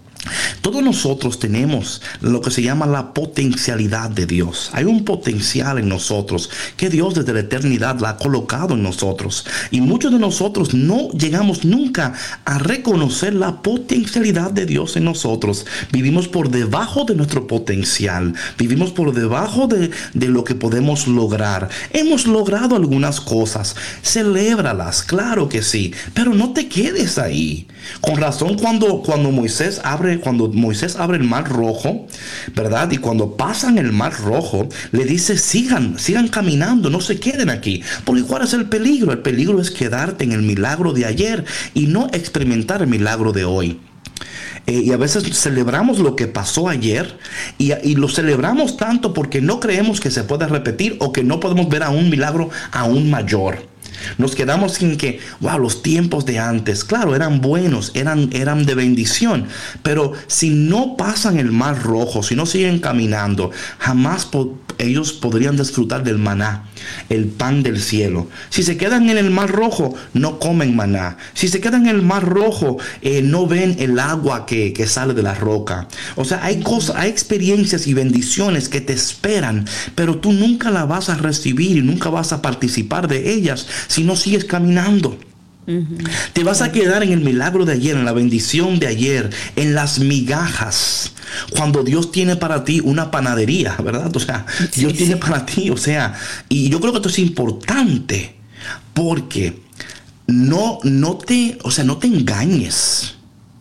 Todos nosotros tenemos lo que se llama la potencialidad de Dios. Hay un potencial en nosotros que Dios desde la eternidad la ha colocado en nosotros. Y muchos de nosotros no llegamos nunca a reconocer la potencialidad de Dios en nosotros. Vivimos por debajo de nuestro potencial. Vivimos por debajo de, de lo que podemos lograr. Hemos logrado algunas cosas. Celébralas, claro que sí. Pero no te quedes ahí. Con razón cuando, cuando Moisés abre Cuando Moisés abre el mar rojo, ¿verdad? Y cuando pasan el mar rojo, le dice, sigan, sigan caminando, no se queden aquí. Porque ¿cuál es el peligro? El peligro es quedarte en el milagro de ayer y no experimentar el milagro de hoy. Eh, y a veces celebramos lo que pasó ayer y, y lo celebramos tanto porque no creemos que se pueda repetir o que no podemos ver a un milagro aún mayor. Nos quedamos sin que, wow, los tiempos de antes, claro, eran buenos, eran, eran de bendición. Pero si no pasan el mar rojo, si no siguen caminando, jamás po- ellos podrían disfrutar del maná, el pan del cielo. Si se quedan en el mar rojo, no comen maná. Si se quedan en el mar rojo, eh, no ven el agua que, que sale de la roca. O sea, hay cosas, hay experiencias y bendiciones que te esperan, pero tú nunca las vas a recibir y nunca vas a participar de ellas si no sigues caminando. Uh-huh. Te vas a quedar en el milagro de ayer, en la bendición de ayer, en las migajas, cuando Dios tiene para ti una panadería, ¿verdad? O sea, sí, Dios sí. tiene para ti, o sea, y yo creo que esto es importante porque no, no te, o sea, no te engañes,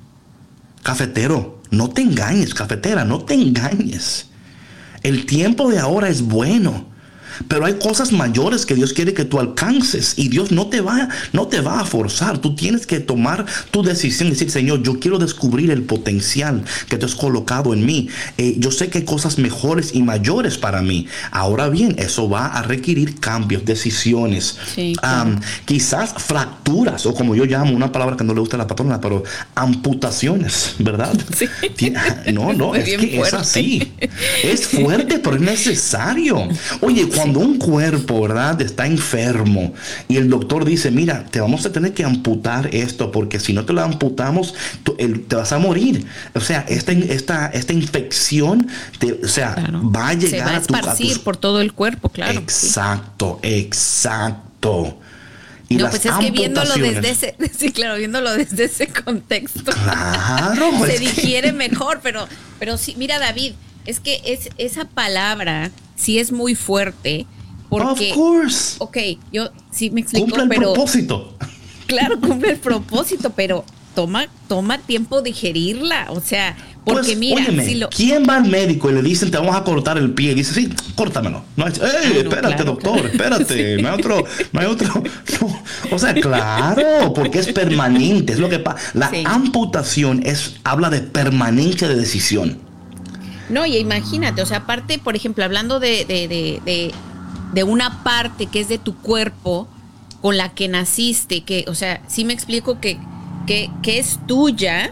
cafetero, no te engañes, cafetera, no te engañes. El tiempo de ahora es bueno. Pero hay cosas mayores que Dios quiere que tú alcances y Dios no te va, no te va a forzar. Tú tienes que tomar tu decisión y decir, Señor, yo quiero descubrir el potencial que tú has colocado en mí. Eh, yo sé que hay cosas mejores y mayores para mí. Ahora bien, eso va a requerir cambios, decisiones, sí, claro. um, quizás fracturas o como yo llamo, una palabra que no le gusta a la patrona, pero amputaciones, ¿verdad? Sí. No, no, es que fuerte. Es así. Es fuerte, pero es necesario. Oye, cuando Cuando un cuerpo, ¿verdad?, está enfermo y el doctor dice, mira, te vamos a tener que amputar esto porque si no te lo amputamos, tú, el, te vas a morir. O sea, esta, esta, esta infección, te, o sea, claro. va a llegar Se va a esparcir a tu, a tu... por todo el cuerpo, claro. Exacto, sí. exacto. Y no, las pues es que viéndolo desde ese, sí, claro, viéndolo desde ese contexto, claro, se es digiere que... mejor, pero, pero sí, mira, David, es que es esa palabra sí es muy fuerte porque, of course. Ok, yo sí me explico, cumple el pero propósito. Claro, cumple el propósito, pero toma, toma tiempo digerirla, o sea, porque pues, mira, óyeme, si lo... ¿quién va al médico y le dicen te vamos a cortar el pie? Y dice, sí, córtamelo. No hay, ¡Ey, ah, no, espérate, claro, doctor, claro. espérate! Sí. No hay otro, no hay otro. No. O sea, claro, porque es permanente. Es lo que pasa. La sí. amputación es, habla de permanencia de decisión. No, y imagínate, o sea, aparte, por ejemplo, hablando de, de, de, de, de una parte que es de tu cuerpo con la que naciste, que, o sea, sí me explico que, que, que es tuya,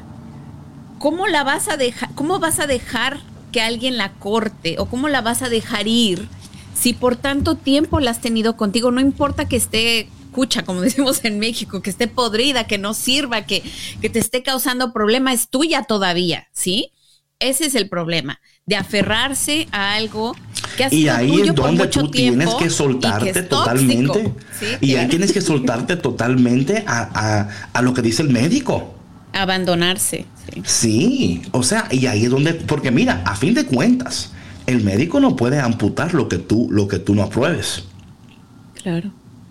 ¿cómo la vas a dejar, cómo vas a dejar que alguien la corte o cómo la vas a dejar ir si por tanto tiempo la has tenido contigo? No importa que esté cucha, como decimos en México, que esté podrida, que no sirva, que, que te esté causando problema, es tuya todavía, ¿sí? Ese es el problema, de aferrarse a algo que ha sido y ahí tuyo es por donde mucho tú tienes tiempo que soltarte y que es totalmente. tóxico, ¿sí? Y Claro. ahí tienes que soltarte totalmente a, a, a lo que dice el médico. Abandonarse, sí. Sí, o sea, y ahí es donde, porque mira, a fin de cuentas, el médico no puede amputar lo que tú, lo que tú no apruebes. Claro,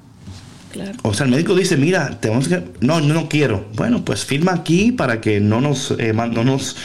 claro. O sea, el médico dice, mira, tenemos que, no, no, no quiero. Bueno, pues firma aquí para que no nos, eh, man- no nos,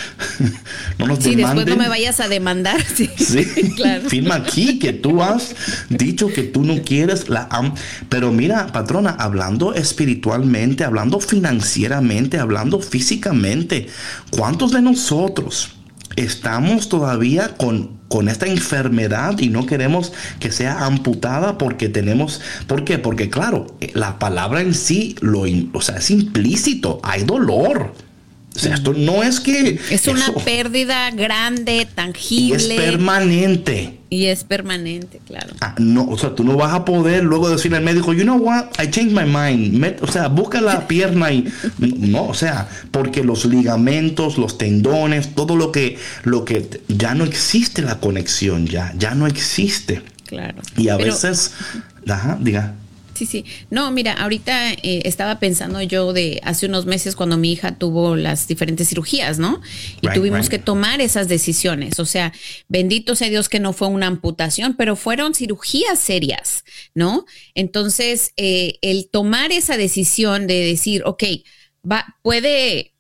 no nos Sí, demanden. después no me vayas a demandar, sí. Sí, Claro. firma aquí que tú has dicho que tú no quieres la am- pero mira, patrona, hablando espiritualmente, hablando financieramente, hablando físicamente, ¿cuántos de nosotros estamos todavía con, con esta enfermedad y no queremos que sea amputada porque tenemos, ¿por qué? Porque claro, la palabra en sí, lo, in- o sea, es implícito, hay dolor. O sea, esto no es que... Es una eso- pérdida grande, y tangible. es permanente. Y es permanente, claro. Ah, no, o sea, tú no vas a poder luego decirle al médico, you know what, I changed my mind. Met- o sea, busca la pierna y no, o sea, porque los ligamentos, los tendones, todo lo que, lo que ya no existe la conexión, ya, ya no existe. Claro. Y a Pero- veces, ajá, diga. Sí, sí. No, mira, ahorita eh, estaba pensando yo de hace unos meses cuando mi hija tuvo las diferentes cirugías, ¿no? Y Right, tuvimos right. que tomar esas decisiones. O sea, bendito sea Dios que no fue una amputación, pero fueron cirugías serias, ¿no? Entonces, eh, el tomar esa decisión de decir, ok, va, puede...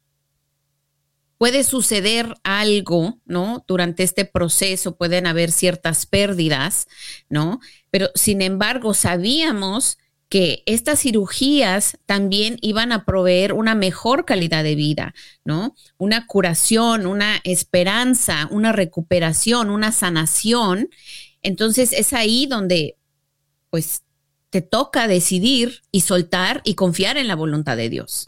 Puede suceder algo, ¿no? Durante este proceso pueden haber ciertas pérdidas, ¿no? Pero sin embargo, sabíamos que estas cirugías también iban a proveer una mejor calidad de vida, ¿no? Una curación, una esperanza, una recuperación, una sanación. Entonces es ahí donde, pues, te toca decidir y soltar y confiar en la voluntad de Dios.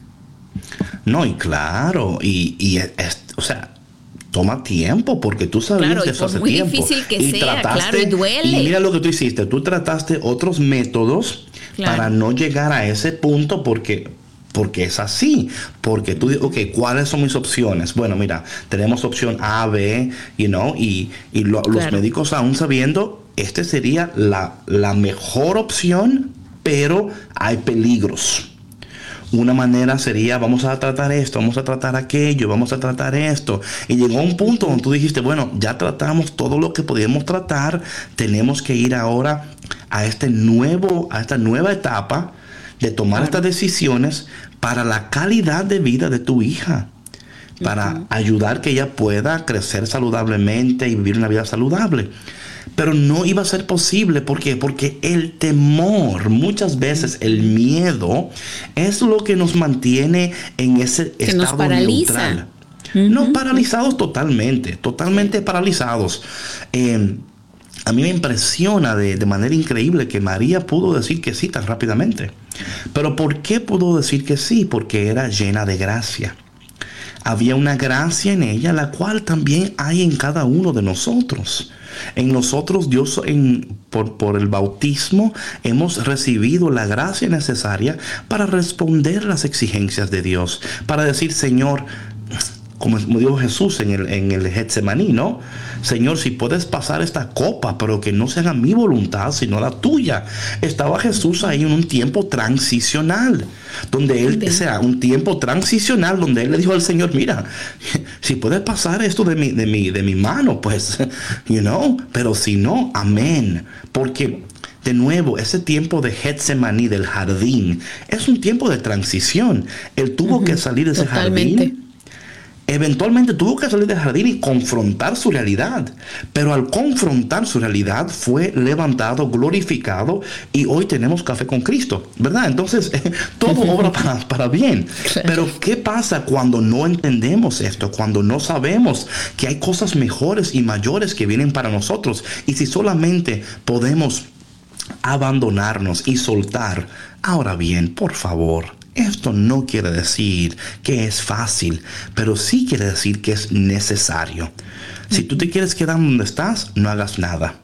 No, y claro, y, y es, es- o sea, toma tiempo porque tú sabías Claro, y eso por hace muy tiempo. difícil que sea, claro, y duele. Y mira lo que tú hiciste, tú trataste otros métodos Claro. para no llegar a ese punto porque porque es así, porque tú dices, ok, ¿cuáles son mis opciones? Bueno, mira, tenemos opción A, B, you know, y, y lo- los Claro. médicos aún sabiendo, este sería la, la mejor opción, pero hay peligros. Una manera sería, vamos a tratar esto, vamos a tratar aquello, vamos a tratar esto. Y llegó un punto donde tú dijiste, bueno, ya tratamos todo lo que podíamos tratar, tenemos que ir ahora a este nuevo, a esta nueva etapa de tomar estas decisiones para la calidad de vida de tu hija, para ayudar que ella pueda crecer saludablemente y vivir una vida saludable. Pero no iba a ser posible. ¿Por qué? Porque el temor, muchas veces el miedo, es lo que nos mantiene en ese Que nos estado paraliza. neutral. No, paralizados totalmente, totalmente paralizados. Eh, a mí me impresiona de, de manera increíble que María pudo decir que sí tan rápidamente. Pero ¿por qué pudo decir que sí? Porque era llena de gracia. Había una gracia en ella, la cual también hay en cada uno de nosotros. En nosotros, Dios, en, por, por el bautismo, hemos recibido la gracia necesaria para responder las exigencias de Dios. Para decir, Señor, como dijo Jesús en el, en el Getsemaní, ¿no? Señor, si puedes pasar esta copa, pero que no se haga mi voluntad, sino la tuya. Estaba Jesús ahí en un tiempo transicional, donde él, o sea, un tiempo transicional, donde él le dijo al Señor, mira, si puedes pasar esto de mi, de mi, de mi mano, pues, you know, pero si no, amén. Porque, de nuevo, ese tiempo de Getsemaní, del jardín, es un tiempo de transición. Él tuvo uh-huh. que salir de ese Totalmente. jardín Eventualmente tuvo que salir del jardín y confrontar su realidad. Pero al confrontar su realidad fue levantado, glorificado, y hoy tenemos Café con Cristo, ¿verdad? Entonces, todo obra para, para bien. Claro. Pero ¿qué pasa cuando no entendemos esto? Cuando no sabemos que hay cosas mejores y mayores que vienen para nosotros. Y si solamente podemos abandonarnos y soltar. Ahora bien, por favor, esto no quiere decir que es fácil, pero sí quiere decir que es necesario. Si tú te quieres quedar donde estás, no hagas nada.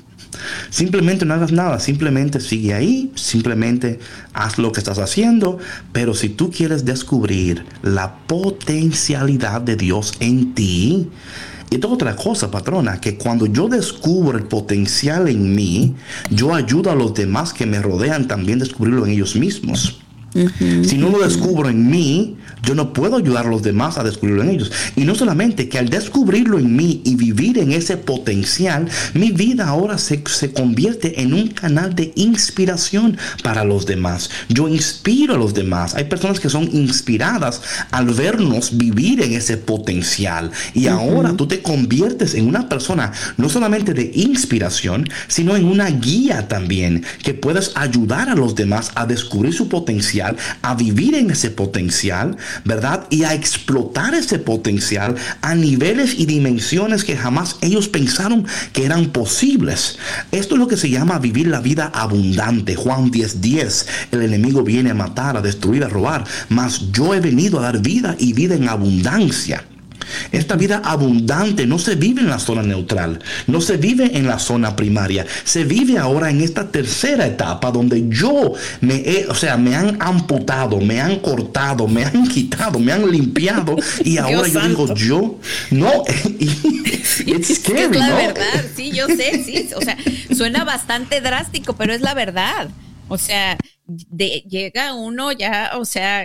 Simplemente no hagas nada, simplemente sigue ahí, simplemente haz lo que estás haciendo. Pero si tú quieres descubrir la potencialidad de Dios en ti, y esto es otra cosa, patrona, que cuando yo descubro el potencial en mí, yo ayudo a los demás que me rodean también a descubrirlo en ellos mismos. Uh-huh. Si no lo descubro en mí, yo no puedo ayudar a los demás a descubrirlo en ellos. Y no solamente que al descubrirlo en mí y vivir en ese potencial, mi vida ahora se, se convierte en un canal de inspiración para los demás. Yo inspiro a los demás. Hay personas que son inspiradas al vernos vivir en ese potencial. Y uh-huh. ahora tú te conviertes en una persona no solamente de inspiración, sino en una guía también, que puedes ayudar a los demás a descubrir su potencial, a vivir en ese potencial, ¿verdad? Y a explotar ese potencial a niveles y dimensiones que jamás ellos pensaron que eran posibles. Esto es lo que se llama vivir la vida abundante. Juan diez diez. El enemigo viene a matar, a destruir, a robar, mas yo he venido a dar vida y vida en abundancia. Esta vida abundante no se vive en la zona neutral, no se vive en la zona primaria, se vive ahora en esta tercera etapa donde yo me he, o sea, me han amputado, me han cortado, me han quitado, me han limpiado, y ahora yo santo. digo yo, no, it's scary, es la ¿no? verdad, sí, yo sé, sí, o sea, suena bastante drástico, pero es la verdad. O sea, de, llega uno ya, o sea,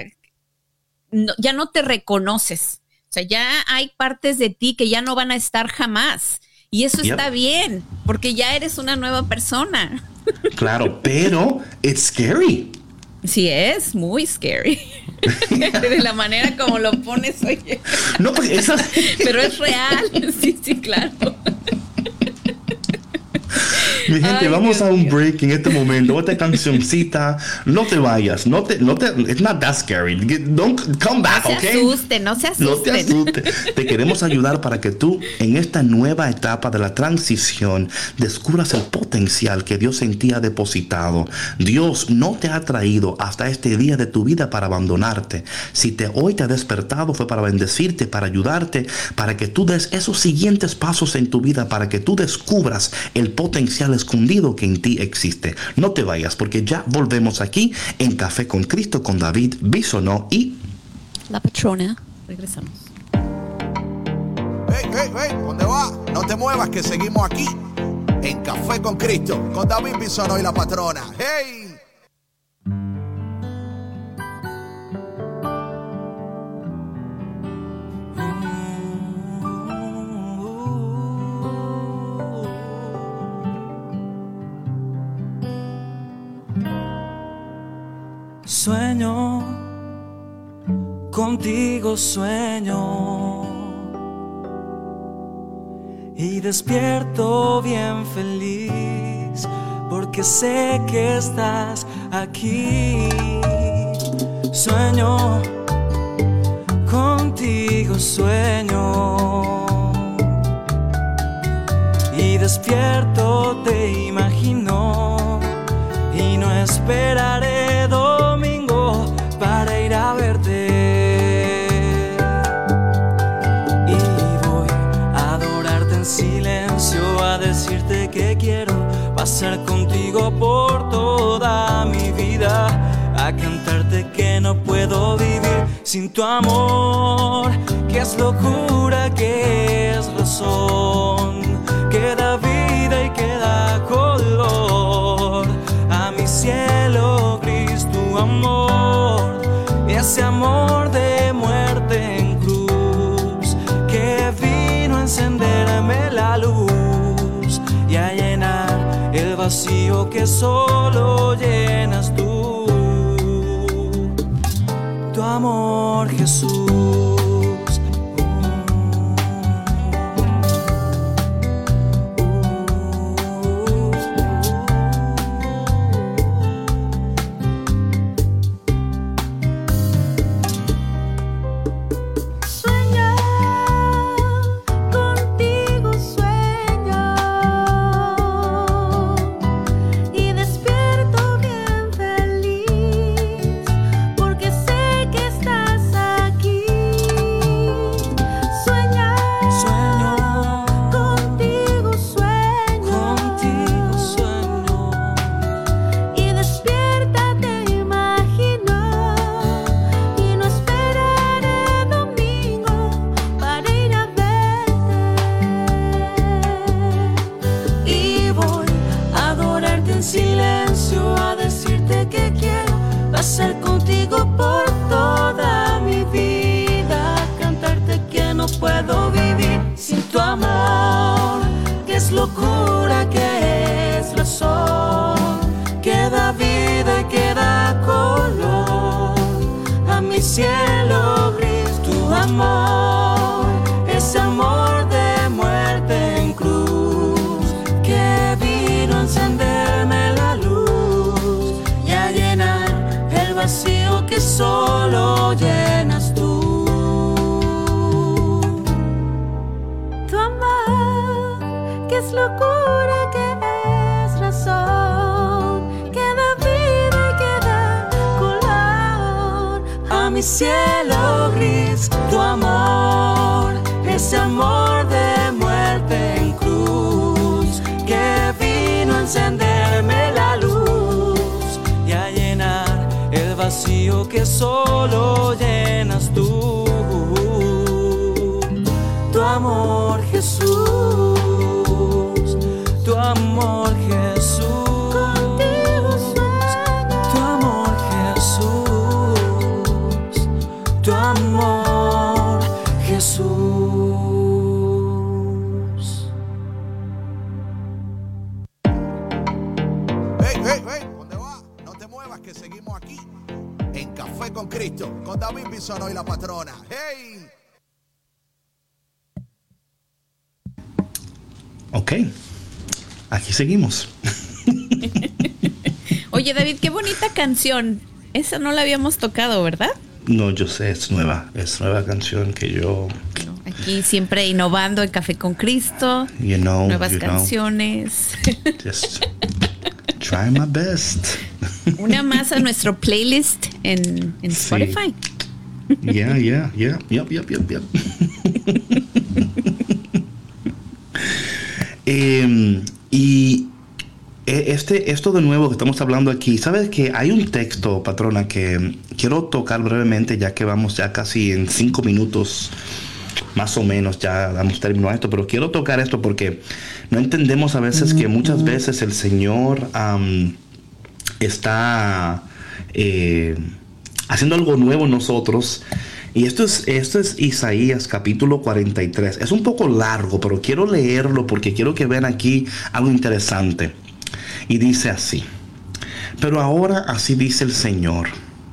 no, ya no te reconoces. O sea, ya hay partes de ti que ya no van a estar jamás. Y eso yep. está bien, porque ya eres una nueva persona. Claro, pero it's scary. Sí, es muy scary. De la manera como lo pones, oye. No, porque esa... Pero es real. Sí, sí, claro. Mi gente, Ay, vamos Dios a un Dios. break en este momento. Esta cancioncita, no te vayas, no te, no te, it's not that scary. Don't come back, no se okay? asusten, no se asusten. No te asustes. Te queremos ayudar para que tú, en esta nueva etapa de la transición, descubras el potencial que Dios en ti ha depositado. Dios no te ha traído hasta este día de tu vida para abandonarte. Si te hoy te ha despertado, fue para bendecirte, para ayudarte, para que tú des esos siguientes pasos en tu vida, para que tú descubras el potencial escondido que en ti existe. No te vayas, porque ya volvemos aquí en Café con Cristo con David Bisonó y la patrona. Regresamos. Hey, hey, hey, ¿dónde va? No te muevas, que seguimos aquí en Café con Cristo con David Bisonó y la patrona. Hey. Sueño, contigo sueño, y despierto bien feliz, porque sé que estás aquí. Sueño, contigo sueño, y despierto te imagino, y no esperaré domingo para ir a verte. Y voy a adorarte en silencio, a decirte que quiero pasar contigo por toda mi vida, a cantarte que no puedo vivir sin tu amor, que es locura, que es razón, que da vida y que da color a mi cielo gris, tu amor, ese amor de muerte en cruz, que vino a encenderme la luz y a llenar el vacío que solo llenas tú. Tu amor, Jesús. locura que es razón, que da vida y que da color a mi cielo gris. Tu amor, ese amor de muerte en cruz, que vino a encenderme la luz y a llenar el vacío que solo llenas tú. Tu amor, que es locura, que es razón, que da vida y que da color a mi cielo gris. Tu amor, ese amor de muerte en cruz, que vino a encenderme la luz y a llenar el vacío que solo llenas tú. Tu amor, Jesús, tu amor, Jesús, contigo sueño. Tu amor, Jesús, tu amor, Jesús. Hey, hey, hey, ¿dónde va? No te muevas que seguimos aquí en Café con Cristo, con David Bisono y la patrona. ¡Hey! Ok, aquí seguimos. Oye, David, qué bonita canción. Esa no la habíamos tocado, ¿verdad? No, yo sé, es nueva. Es nueva canción que yo... Aquí siempre innovando en Café con Cristo. You know, nuevas you canciones. Know, just try my best. Una más a nuestro playlist en, en Sí. Spotify. Yeah, yeah, yeah. Yep, yep, yep, yep. eh, y este, esto de nuevo que estamos hablando aquí, ¿sabes que hay un texto, patrona, que quiero tocar brevemente, ya que vamos ya casi en cinco minutos, más o menos, ya damos término a esto, pero quiero tocar esto porque no entendemos a veces que muchas veces el Señor um, está eh, haciendo algo nuevo en nosotros. Y esto es, esto es Isaías capítulo cuarenta y tres. Es un poco largo, pero quiero leerlo porque quiero que vean aquí algo interesante. Y dice así: pero ahora así dice el Señor,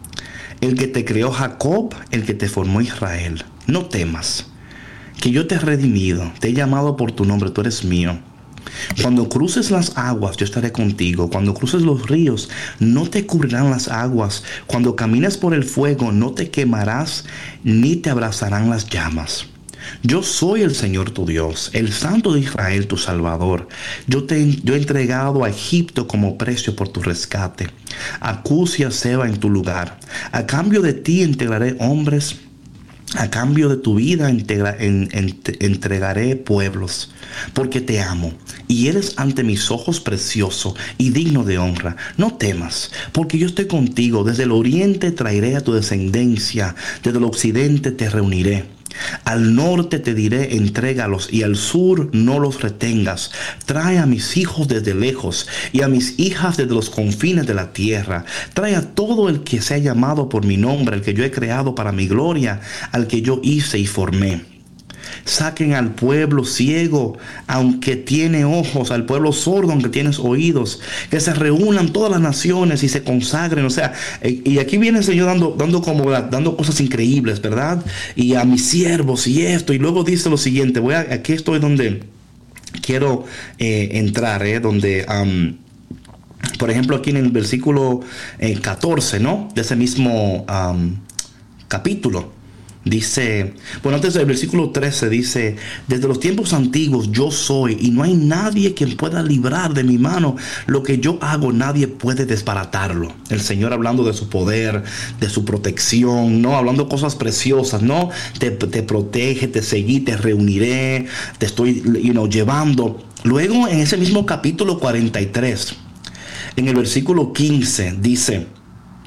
el que te creó Jacob, el que te formó Israel. No temas, que yo te he redimido, te he llamado por tu nombre, tú eres mío. Cuando cruces las aguas, yo estaré contigo. Cuando cruces los ríos, no te cubrirán las aguas. Cuando camines por el fuego, no te quemarás, ni te abrazarán las llamas. Yo soy el Señor tu Dios, el Santo de Israel tu Salvador. Yo te yo he entregado a Egipto como precio por tu rescate. A Cus y a Seba en tu lugar. A cambio de ti integraré hombres. A cambio de tu vida integra, en, en, entregaré pueblos, porque te amo, y eres ante mis ojos precioso y digno de honra. No temas, porque yo estoy contigo. Desde el oriente traeré a tu descendencia, desde el occidente te reuniré. Al norte te diré, entrégalos, y al sur no los retengas. Trae a mis hijos desde lejos y a mis hijas desde los confines de la tierra. Trae a todo el que sea llamado por mi nombre, el que yo he creado para mi gloria, al que yo hice y formé. Saquen al pueblo ciego, aunque tiene ojos, al pueblo sordo, aunque tienes oídos. Que se reúnan todas las naciones y se consagren. O sea, y aquí viene el Señor dando, dando, como, dando cosas increíbles, ¿verdad? Y a mis siervos y esto. Y luego dice lo siguiente. Voy a, aquí estoy donde quiero eh, entrar, ¿eh? Donde... Um, por ejemplo, aquí en el versículo eh, catorce, ¿no? De ese mismo um, capítulo. Dice, bueno, antes del versículo trece dice: desde los tiempos antiguos yo soy, y no hay nadie quien pueda librar de mi mano. Lo que yo hago, nadie puede desbaratarlo. El Señor hablando de su poder, de su protección, ¿no? Hablando cosas preciosas, ¿no? Te, te protege, te seguí, te reuniré, te estoy, you know, llevando. Luego, en ese mismo capítulo cuarenta y tres, en el versículo quince, dice: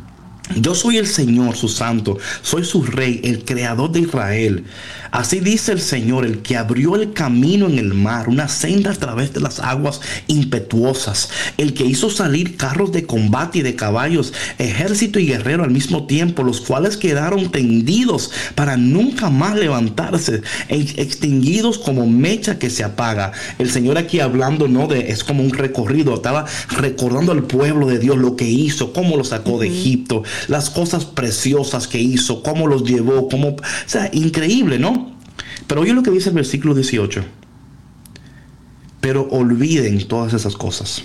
Yo soy el Señor, su santo, soy su rey, el creador de Israel. Así dice el Señor, el que abrió el camino en el mar, una senda a través de las aguas impetuosas, el que hizo salir carros de combate y de caballos, ejército y guerrero al mismo tiempo, los cuales quedaron tendidos para nunca más levantarse, extinguidos como mecha que se apaga. El Señor aquí hablando, no de, es como un recorrido, estaba recordando al pueblo de Dios lo que hizo, cómo lo sacó uh-huh. de Egipto, las cosas preciosas que hizo, cómo los llevó, cómo, o sea, increíble, ¿no? Pero oye lo que dice el versículo dieciocho. Pero olviden todas esas cosas.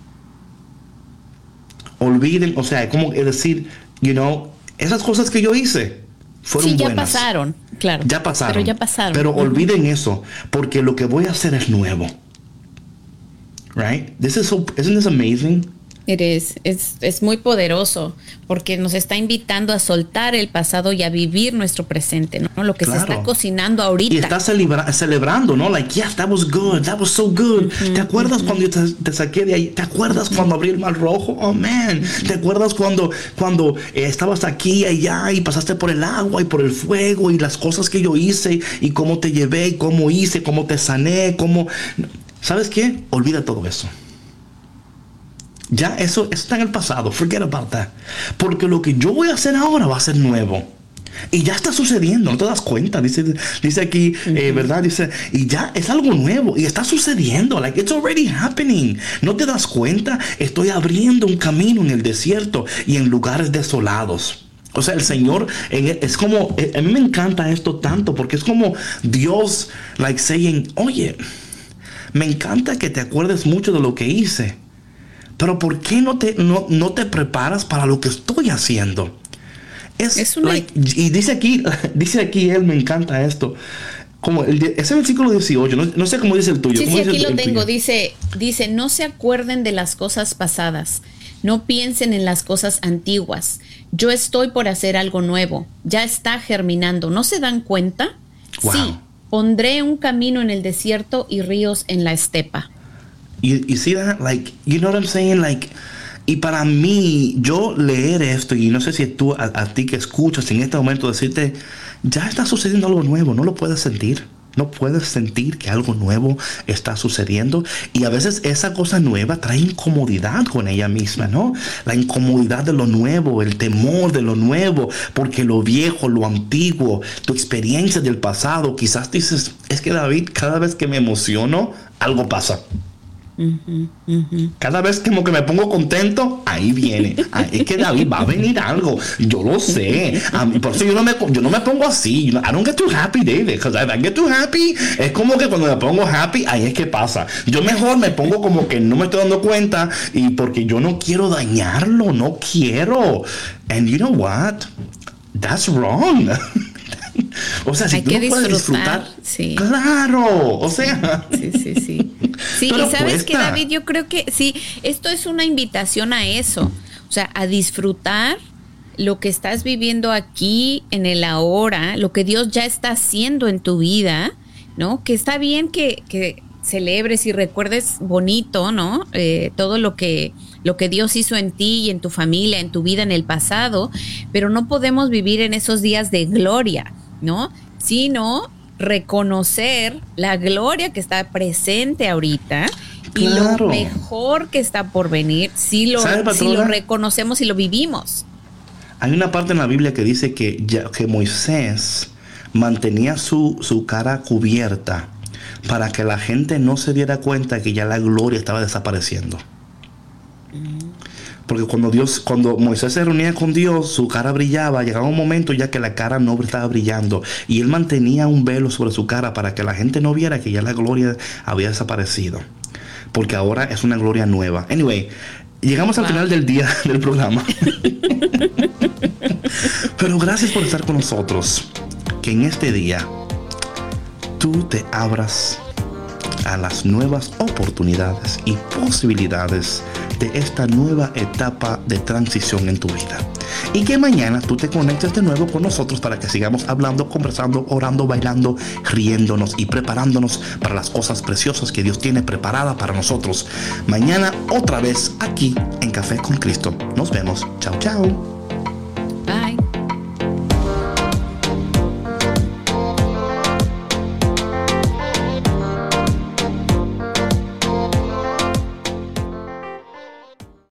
Olviden, o sea, como decir, you know, esas cosas que yo hice fueron sí, ya buenas. pasaron, claro. Ya pasaron. Pero ya pasaron. Pero uh-huh. olviden eso, porque lo que voy a hacer es nuevo. Right? This is so, isn't this amazing? It is. Es, es muy poderoso porque nos está invitando a soltar el pasado y a vivir nuestro presente, ¿no? Lo que claro. se está cocinando ahorita. Y está celebra- celebrando, ¿no? Like, yes, that was good, that was so good. Uh-huh, ¿Te acuerdas uh-huh. cuando yo te, te saqué de ahí? ¿Te acuerdas uh-huh. cuando abrí el mar rojo? Oh, man. ¿Te acuerdas cuando, cuando eh, estabas aquí y allá y pasaste por el agua y por el fuego y las cosas que yo hice y cómo te llevé y cómo hice, cómo te sané, cómo... ¿Sabes qué? Olvida todo eso. Ya eso, eso está en el pasado. Forget about that. Porque lo que yo voy a hacer ahora va a ser nuevo. Y ya está sucediendo. No te das cuenta. Dice, dice aquí, uh-huh. eh, ¿verdad? Dice, y ya es algo nuevo. Y está sucediendo. Like, it's already happening. ¿No te das cuenta? Estoy abriendo un camino en el desierto y en lugares desolados. O sea, el Señor, es como, a mí me encanta esto tanto. Porque es como Dios, like, saying, oye, me encanta que te acuerdes mucho de lo que hice. Pero ¿por qué no te, no, no te preparas para lo que estoy haciendo? Es, es una... like, y dice aquí, dice aquí él, me encanta esto. Como el, ese versículo dieciocho, no, no sé cómo dice el tuyo. Sí, sí, aquí el, lo el tengo. tuyo? Dice, dice, no se acuerden de las cosas pasadas. No piensen en las cosas antiguas. Yo estoy por hacer algo nuevo. Ya está germinando. ¿No se dan cuenta? Wow. Sí, pondré un camino en el desierto y ríos en la estepa. You, you see that? Like, you know what I'm saying? Like, y para mí, yo leer esto, y no sé si tú, a, a ti que escuchas en este momento, decirte, ya está sucediendo algo nuevo, no lo puedes sentir. No puedes sentir que algo nuevo está sucediendo. Y a veces esa cosa nueva trae incomodidad con ella misma, ¿no? La incomodidad de lo nuevo, el temor de lo nuevo, porque lo viejo, lo antiguo, tu experiencia del pasado, quizás dices, es que David, cada vez que me emociono, algo pasa. Uh-huh, uh-huh. Cada vez que, que me pongo contento, ahí viene. Ay, es que David va a venir algo. Yo lo sé. Um, por eso yo no, me, yo no me pongo así. I don't get too happy, David. Because if I get too happy, es como que cuando me pongo happy, ahí es que pasa. Yo mejor me pongo como que no me estoy dando cuenta. Y porque yo no quiero dañarlo. No quiero. And you know what? That's wrong. O sea, si hay tú que no disfrutar, puedes disfrutar, sí. Claro, o sea, sí, sí, sí. Sí, pero y sabes cuesta. que, David, yo creo que sí, esto es una invitación a eso, o sea, a disfrutar lo que estás viviendo aquí en el ahora, lo que Dios ya está haciendo en tu vida, ¿no? Que está bien que, que celebres y recuerdes bonito, ¿no? Eh, todo lo que lo que Dios hizo en ti y en tu familia, en tu vida en el pasado, pero no podemos vivir en esos días de gloria, ¿no? Sino reconocer la gloria que está presente ahorita y claro. lo mejor que está por venir si lo, si lo reconocemos y lo vivimos. Hay una parte en la Biblia que dice que, ya, que Moisés mantenía su, su cara cubierta para que la gente no se diera cuenta que ya la gloria estaba desapareciendo. Porque cuando Dios, cuando Moisés se reunía con Dios, su cara brillaba. Llegaba un momento ya que la cara no estaba brillando y él mantenía un velo sobre su cara para que la gente no viera que ya la gloria había desaparecido. Porque ahora es una gloria nueva. Anyway, llegamos al wow. final del día del programa. Pero gracias por estar con nosotros. Que en este día tú te abras a las nuevas oportunidades y posibilidades de esta nueva etapa de transición en tu vida. Y que mañana tú te conectes de nuevo con nosotros para que sigamos hablando, conversando, orando, bailando, riéndonos y preparándonos para las cosas preciosas que Dios tiene preparada para nosotros. Mañana otra vez aquí en Café con Cristo. Nos vemos. Chao, chao.